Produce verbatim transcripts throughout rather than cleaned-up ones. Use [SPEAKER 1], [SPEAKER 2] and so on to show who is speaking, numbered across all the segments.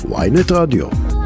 [SPEAKER 1] וויינט רדיו.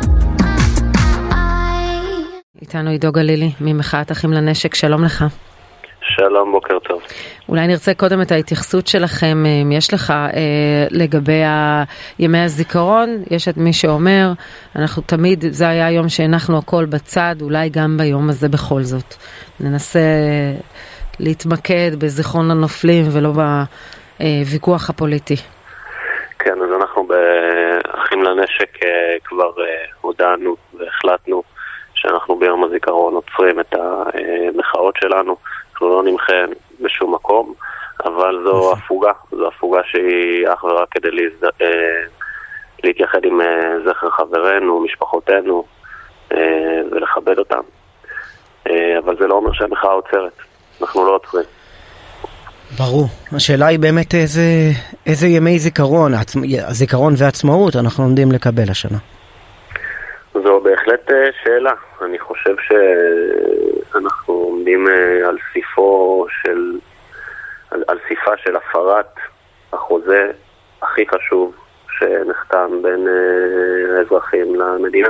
[SPEAKER 2] איתנו עידו גלילי ממחאת אחים לנשק, שלום לך.
[SPEAKER 3] שלום, בוקר טוב.
[SPEAKER 2] אולי נרצה קודם את ההתייחסות שלכם, אם יש לך, אה, לגבי ימי הזיכרון. יש את מי שאומר, אנחנו תמיד, זה היה היום שהנחנו הכל בצד, אולי גם ביום הזה בכל זאת. ננסה להתמקד בזיכרון הנופלים ולא בוויכוח הפוליטי.
[SPEAKER 3] כן, אז אנחנו באחים לנשק כבר הודענו והחלטנו שאנחנו ביום הזיכרון עוצרים את המחאות שלנו. אנחנו לא נמחה בשום מקום, אבל זו הפוגה, זו הפוגה שהיא אך ורק כדי להזד... להתייחד עם זכר חברינו, משפחותינו, ולכבד אותם. אבל זה לא אומר שהמחאה עוצרת, אנחנו לא עוצרים.
[SPEAKER 4] ברור. השאלה היא באמת איזה, איזה ימי זיכרון, הזיכרון ועצמאות אנחנו עומדים לקבל השנה.
[SPEAKER 3] זו בהחלט שאלה. אני חושב שאנחנו עומדים על סיפו של, על, על סיפה של הפרת החוזה הכי חשוב שנחתם בין האזרחים למדינה.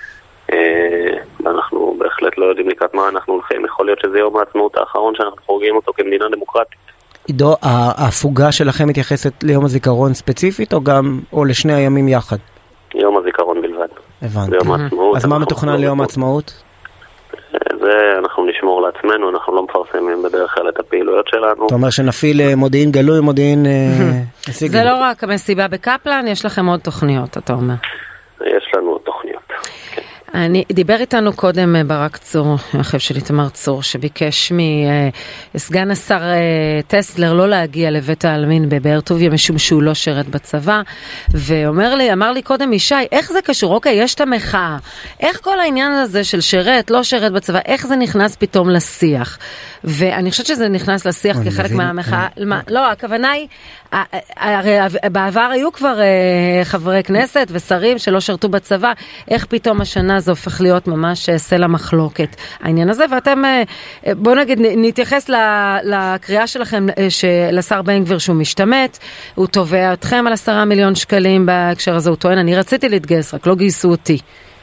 [SPEAKER 3] ואנחנו בהחלט לא יודעים לקראת מה אנחנו הולכים. יכול להיות שזה יום העצמאות האחרון שאנחנו חוגגים אותו כמדינה דמוקרטית.
[SPEAKER 4] עידו, ההפוגה שלכם מתייחסת ליום הזיכרון ספציפית או גם, או לשני הימים יחד?
[SPEAKER 3] יום הזיכרון בלבד.
[SPEAKER 4] הבנתי.
[SPEAKER 3] העצמאות,
[SPEAKER 4] אז מה מתוכנן ליום העצמאות?
[SPEAKER 3] זה אנחנו נשמור לעצמנו, אנחנו לא מפרסמים בדרך כלל את הפעילויות שלנו.
[SPEAKER 4] אתה אומר שנפיל מודיעין גלוי, מודיעין...
[SPEAKER 2] זה לא רק המסיבה בקפלן, יש לכם עוד תוכניות, אתה אומר.
[SPEAKER 3] יש לנו עוד תוכניות.
[SPEAKER 2] אני, דיבר איתנו קודם ברק צור, החב שלי תמר צור, שביקש מסגן השר טסלר לא להגיע לבית העלמין בבאר טוביה, משום שהוא לא שרת בצבא, ואומר לי, אמר לי קודם ישי, איך זה קשור? אוקיי, יש את המחאה. איך כל העניין הזה של שרת, לא שרת בצבא, איך זה נכנס פתאום לשיח? ואני חושבת שזה נכנס לשיח כחלק מהמחאה. לא, הכוונה היא, הרי בעבר היו כבר חברי כנסת ושרים שלא שרתו בצבא, איך פתאום השנה זה הופך להיות ממש סלע מחלוקת העניין הזה, ואתם, בואו נגיד, נתייחס לקריאה שלכם לשר בן גביר שהוא משתמט, הוא תובע אתכם על עשרה מיליון שקלים בהקשר הזה, הוא טוען, אני רציתי להתגייס, רק לא גייסו אותי.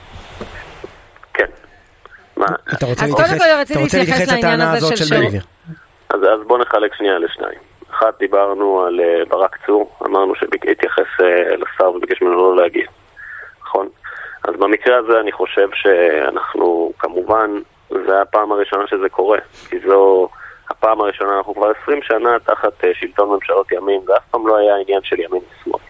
[SPEAKER 3] כן.
[SPEAKER 4] אתה רוצה
[SPEAKER 2] להתייחס לטענה הזאת של בן גביר?
[SPEAKER 3] אז בואו נחלק שנייה לשניים. אחת, דיברנו על ברק צור, אמרנו שהתייחס לשר וביקש ממנו לא להגיע. נכון? אז במקרה הזה אני חושב שאנחנו, כמובן, זה הפעם הראשונה שזה קורה. כי זו הפעם הראשונה, אנחנו כבר עשרים שנה תחת שלטון ממשלות ימין, ואף פעם לא היה עניין של ימין ושמאל.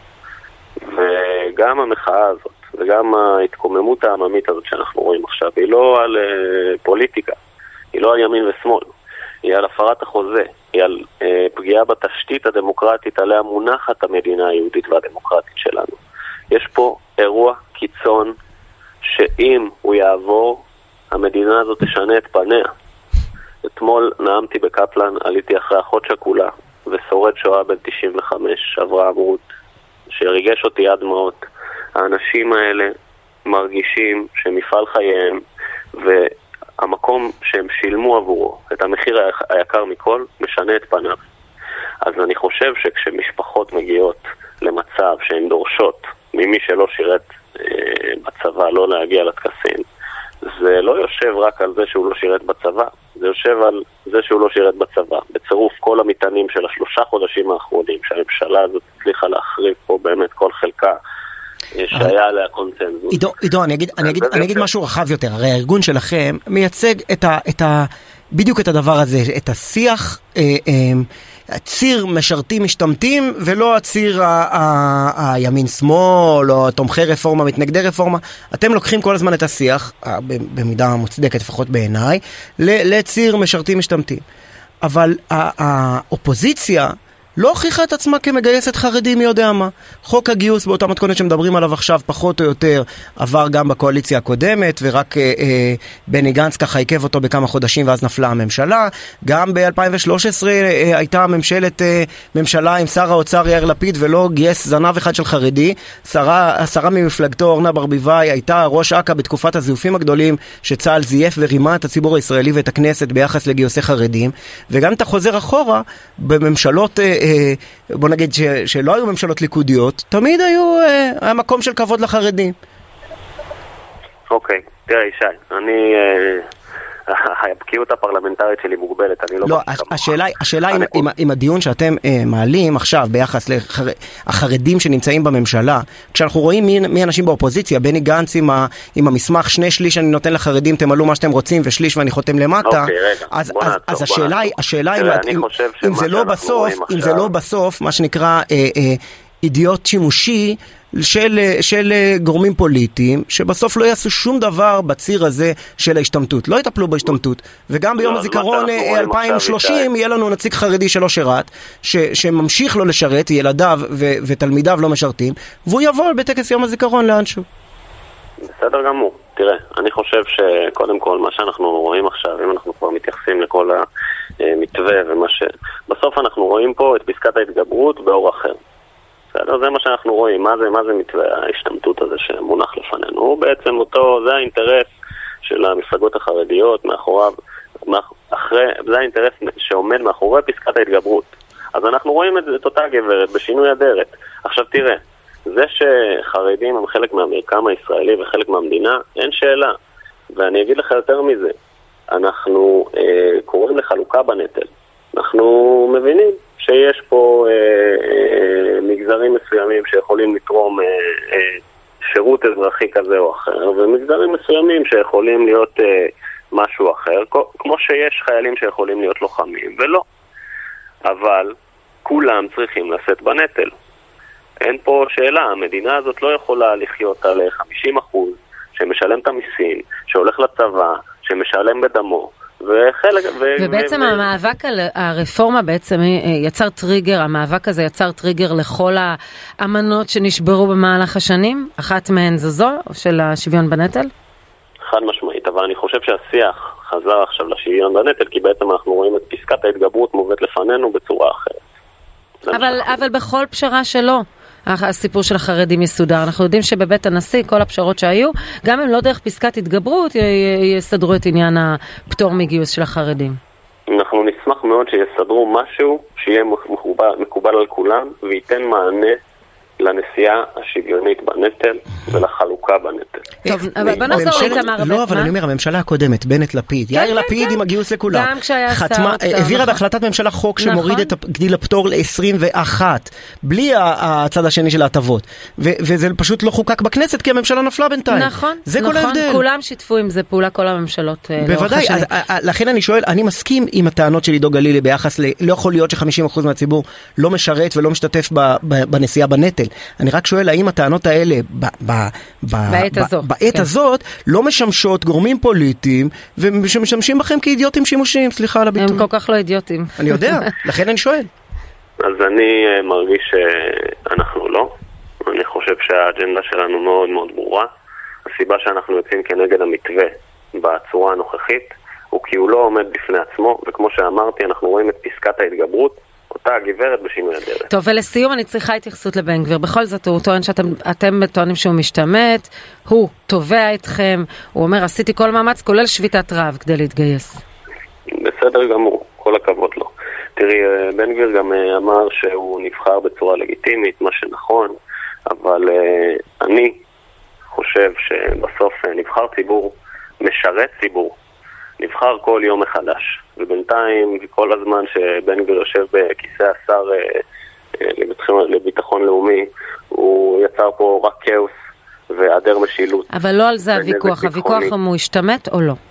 [SPEAKER 3] וגם המחאה הזאת, וגם ההתקוממות העממית הזאת שאנחנו רואים עכשיו, היא לא על פוליטיקה, היא לא על ימין ושמאל. היא על הפרת החוזה, היא על אה, פגיעה בתשתית הדמוקרטית עליה מונחת המדינה היהודית והדמוקרטית שלנו. יש פה אירוע קיצון שאם הוא יעבור, המדינה הזאת תשנה את פניה. אתמול נעמתי בקפלן, עליתי אחרי אחות שכולה, ושורד שואה בן תשעים וחמש, אברהם רות, שריגש אותי עד מאוד. האנשים האלה מרגישים שמפעל חייהם, ו... המקום שהם שילמו עבורו, את המחיר היקר מכל, משנה את פניו. אז אני חושב שכשמשפחות מגיעות למצב שהן דורשות ממי שלא שירת אה, בצבא לא להגיע לטקסים, זה לא יושב רק על זה שהוא לא שירת בצבא, זה יושב על זה שהוא לא שירת בצבא. בצירוף כל המטענים של השלושה חודשים האחרונים, שהממשלה הזאת הצליחה להחריב פה באמת כל חלקה, שהיה עליה קונצנזוס.
[SPEAKER 4] עידו, עידו, אני אגיד, אני אגיד, אני אגיד משהו רחב יותר. הרי הארגון שלכם מייצג את ה, את ה, בדיוק את הדבר הזה, את השיח, אה, אה, הציר משרתים משתמטים, ולא הציר הימין שמאל, או תומכי רפורמה, מתנגדי רפורמה. אתם לוקחים כל הזמן את השיח, במידה מוצדקת לפחות בעיניי, לציר משרתים משתמטים. אבל האופוזיציה לא הוכיחה את עצמה כמגייסת חרדים מי יודע מה. חוק הגיוס באותה מתכונת שמדברים עליו עכשיו פחות או יותר עבר גם בקואליציה הקודמת, ורק אה, אה, בני גנץ ככה עיכב אותו בכמה חודשים ואז נפלה הממשלה. גם ב-אלפיים ושלוש עשרה אה, הייתה ממשלת, אה, ממשלה עם שר האוצר יאיר לפיד ולא גייס זנב אחד של חרדי. שרה, השרה ממפלגתו אורנה ברביבאי הייתה ראש אכ"א בתקופת הזיופים הגדולים שצה"ל זייף ורימה את הציבור הישראלי ואת הכנסת ביחס לגיוסי חרדים. וגם אתה חוזר אחורה בממשלות אה, בוא נגיד שלא היו ממשלות ליכודיות, תמיד היו המקום של כבוד לחרדים.
[SPEAKER 3] אוקיי, תראה ישי, אני... הבקיאות הפרלמנטרית שלי מוגבלת, אני לא...
[SPEAKER 4] לא, השאלה, השאלה אם, אם, אם הדיון שאתם אה, מעלים עכשיו ביחס לחרדים שנמצאים בממשלה, כשאנחנו רואים מי, מי אנשים באופוזיציה, בני גנץ עם, ה, עם המסמך, שני שליש אני נותן לחרדים, תמלאו מה שאתם רוצים, ושליש ואני חותם למטה,
[SPEAKER 3] אוקיי, רגע,
[SPEAKER 4] אז,
[SPEAKER 3] בוא
[SPEAKER 4] אז,
[SPEAKER 3] נעצור,
[SPEAKER 4] אז השאלה היא, השאלה אם, אם, אם זה לא בסוף, אם
[SPEAKER 3] עכשיו...
[SPEAKER 4] זה לא בסוף, מה שנקרא אה, אה, אידיוט שימושי, של, של גורמים פוליטיים שבסוף לא יעשו שום דבר בציר הזה של ההשתמטות, לא יטפלו בהשתמטות, וגם ביום
[SPEAKER 3] לא,
[SPEAKER 4] הזיכרון אלפיים ושלושים יהיה לנו נציג חרדי שלא שירת, ש, שממשיך לא לשרת, ילדיו ו, ותלמידיו לא משרתים, והוא יבוא בטקס יום הזיכרון לאנשהו.
[SPEAKER 3] בסדר גמור, תראה, אני חושב שקודם כל מה שאנחנו רואים עכשיו, אם אנחנו כבר מתייחסים לכל המתווה ומה ש... בסוף אנחנו רואים פה את פסקת ההתגברות באור אחר. בסדר, זה מה שאנחנו רואים, מה זה, מה זה מתווה ההשתמטות הזה שמונח לפנינו. הוא בעצם אותו, זה האינטרס של המפלגות החרדיות מאחוריו, אחרי, זה האינטרס שעומד מאחורי פסקת ההתגברות. אז אנחנו רואים את, את אותה גברת בשינוי אדרת. עכשיו תראה, זה שחרדים הם חלק מהמרקם הישראלי וחלק מהמדינה, אין שאלה. ואני אגיד לך יותר מזה, אנחנו אה, קוראים לחלוקה בנטל. אנחנו מבינים שיש פה אה, אה, מגזרים מסוימים שיכולים לתרום אה, אה, שירות אזרחי כזה או אחר, ומגזרים מסוימים שיכולים להיות אה, משהו אחר, כמו שיש חיילים שיכולים להיות לוחמים, ולא. אבל כולם צריכים לשאת בנטל. אין פה שאלה, המדינה הזאת לא יכולה לחיות על חמישים אחוז שמשלם את המיסים, שהולך לצבא, שמשלם בדמו, וחלק, ו...
[SPEAKER 2] ובעצם ו... המאבק על הרפורמה בעצם יצר טריגר, המאבק הזה יצר טריגר לכל האמנות שנשברו במהלך השנים, אחת מהן זו זו, של השוויון בנטל?
[SPEAKER 3] חד משמעית, אבל אני חושב שהשיח חזר עכשיו לשוויון בנטל, כי בעצם אנחנו רואים את פסקת ההתגברות מובאת לפנינו בצורה אחרת.
[SPEAKER 2] אבל, אבל בכל פשרה שלו, הסיפור של החרדים יסודר. אנחנו יודעים שבבית הנשיא, כל הפשרות שהיו, גם אם לא דרך פסקת התגברות, יסדרו את עניין הפטור מגיוס של החרדים.
[SPEAKER 3] אנחנו נשמח מאוד שיסדרו משהו שיהיה מקובל, מקובל על כולם, וייתן מענה לנשיאה השוויונית בנטל ולחלוקה בנטל.
[SPEAKER 2] טוב, אבל בוא נחזור לתמר בטמן.
[SPEAKER 4] לא, אבל אני אומר, הממשלה הקודמת, בנט לפיד, יאיר לפיד עם הגיוס לכולם.
[SPEAKER 2] גם כשהיה שר.
[SPEAKER 4] העבירה בהחלטת ממשלה חוק שמוריד את גיל הפטור ל-עשרים ואחת, בלי הצד השני של ההטבות. וזה פשוט לא חוקק בכנסת, כי הממשלה נפלה בינתיים.
[SPEAKER 2] נכון,
[SPEAKER 3] זה
[SPEAKER 2] כל ההבדל. כולם שיתפו עם זה פעולה, כל הממשלות.
[SPEAKER 4] בוודאי, לכן אני שואל, אני מסכים עם הטענות של עידו גלילי ביחס ל... לא יכול להיות ש-חמישים אחוז מהציבור לא משרת ולא משתתף בנשיאה בנטל. אני רק שואל, האם הטענות האלה בעת הזאת, בעת הזאת לא משמשות גורמים פוליטיים ומשמשים בכם כאידיוטים שימושיים, סליחה על הביטוי.
[SPEAKER 2] הם כל כך לא אידיוטים.
[SPEAKER 4] אני יודע, לכן אני שואל.
[SPEAKER 3] אז אני מרגיש שאנחנו לא. אני חושב שהאג'נדה שלנו מאוד מאוד ברורה. הסיבה שאנחנו יוצאים כנגד המתווה בצורה הנוכחית הוא כי הוא לא עומד בפני עצמו, וכמו שאמרתי, אנחנו רואים את פסקת ההתגברות, אותה הגברת בשינוי אדרת.
[SPEAKER 2] טוב, ולסיום אני צריכה התייחסות לבן גביר. בכל זאת הוא טוען שאתם אתם טוענים שהוא משתמט, הוא תובע אתכם, הוא אומר עשיתי כל מאמץ כולל שביתת רעב כדי להתגייס.
[SPEAKER 3] בסדר גמור, כל הכבוד לו. תראי, בן גביר גם אמר שהוא נבחר בצורה לגיטימית, מה שנכון, אבל אני חושב שבסוף נבחר ציבור, משרת ציבור, נבחר כל יום מחדש, ובינתיים כל הזמן שבן גביר יושב בכיסא השר לביטחון לאומי, הוא יצר פה רק כאוס והיעדר משילות.
[SPEAKER 2] אבל לא על זה הוויכוח, הוויכוח אם הוא השתמט או לא?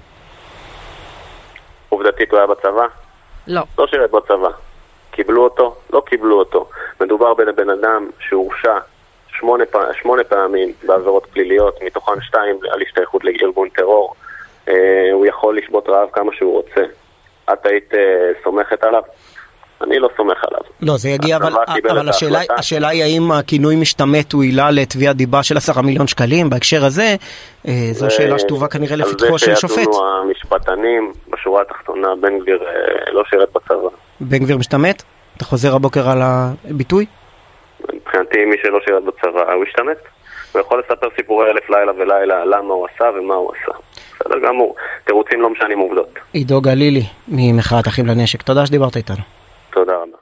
[SPEAKER 3] עובדתית הוא היה בצבא?
[SPEAKER 2] לא.
[SPEAKER 3] לא שירת בצבא. קיבלו אותו? לא קיבלו אותו. מדובר בין הבן אדם שהורשע שמונה, שמונה פעמים בעבירות פליליות, מתוכן שתיים על השתייכות לארגון טרור. הוא יכול לשבות רעב כמה שהוא רוצה. את היית סומכת עליו? אני לא סומך עליו.
[SPEAKER 4] לא, זה יגיע, אבל, אבל השאלה, השאלה היא האם הכינוי משתמט הוא עילה לתביעת דיבה של עשרה מיליון שקלים. בהקשר הזה, זו ו... שאלה שטובה כנראה לפתחו של שופט.
[SPEAKER 3] על זה שידונו המשפטנים, בשורה התחתונה, בן גביר לא שירת בצבא.
[SPEAKER 4] בן גביר משתמט? אתה חוזר הבוקר על הביטוי?
[SPEAKER 3] מבחינתי, מי שלא שירת בצבא, הוא השתמט. הוא יכול לספר סיפורי אלף לילה ולילה למה הוא עשה ומה הוא עשה. בסדר גמור. תירוצים לא משנים עובדות.
[SPEAKER 4] עידו גלילי ממחאת אחים לנשק. תודה שדיברת איתנו.
[SPEAKER 3] תודה רבה.